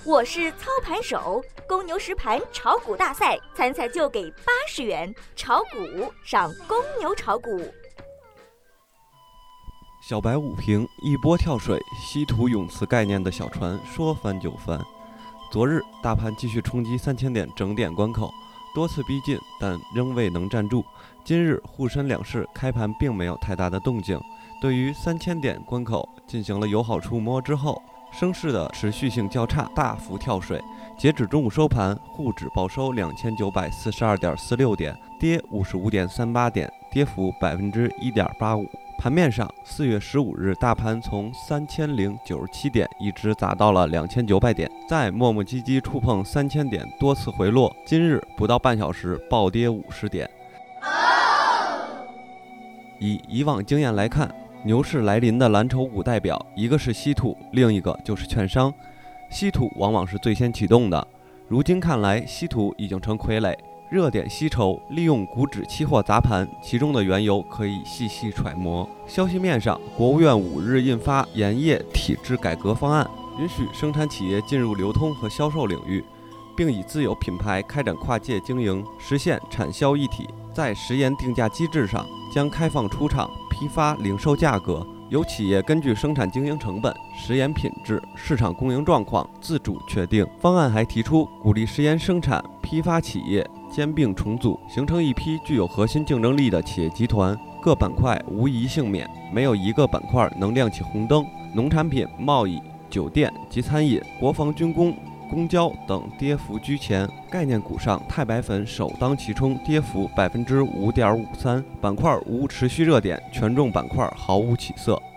我是操盘手，公牛实盘炒股大赛参赛就给80元，炒股上公牛炒股。 小白5平，一波跳水，稀土永磁概念的小船说翻就翻。昨日大盘继续冲击3000点整点关口，多次逼近，但仍未能站住。今日沪深两市开盘并没有太大的动静，对于3000点关口进行了友好触摸之后，升势的持续性较差，大幅跳水。截止中午收盘，沪指报收2942.46点，跌55.38点，跌幅1.85%。盘面上，4月15日大盘从3097点一直砸到了2900点，再磨磨唧唧触碰3000点，多次回落。今日不到半小时暴跌50点。以以往经验来看，牛市来临的蓝筹股代表，一个是稀土，另一个就是券商。稀土往往是最先启动的，如今看来，稀土已经成傀儡。热点稀稠，利用股指期货砸盘，其中的缘由可以细细揣摩。消息面上，国务院5日印发盐业体制改革方案，允许生产企业进入流通和销售领域，并以自有品牌开展跨界经营，实现产销一体。在食盐定价机制上，将开放出厂、批发、零售价格，由企业根据生产经营成本、食盐品质、市场供应状况自主确定。方案还提出鼓励食盐生产、批发企业兼并重组，形成一批具有核心竞争力的企业集团，各板块无一幸免，没有一个板块能亮起红灯。农产品、贸易、酒店及餐饮、国防军工、公交等跌幅居前，概念股上钛白粉首当其冲，跌幅5.53%，板块无持续热点，权重板块毫无起色。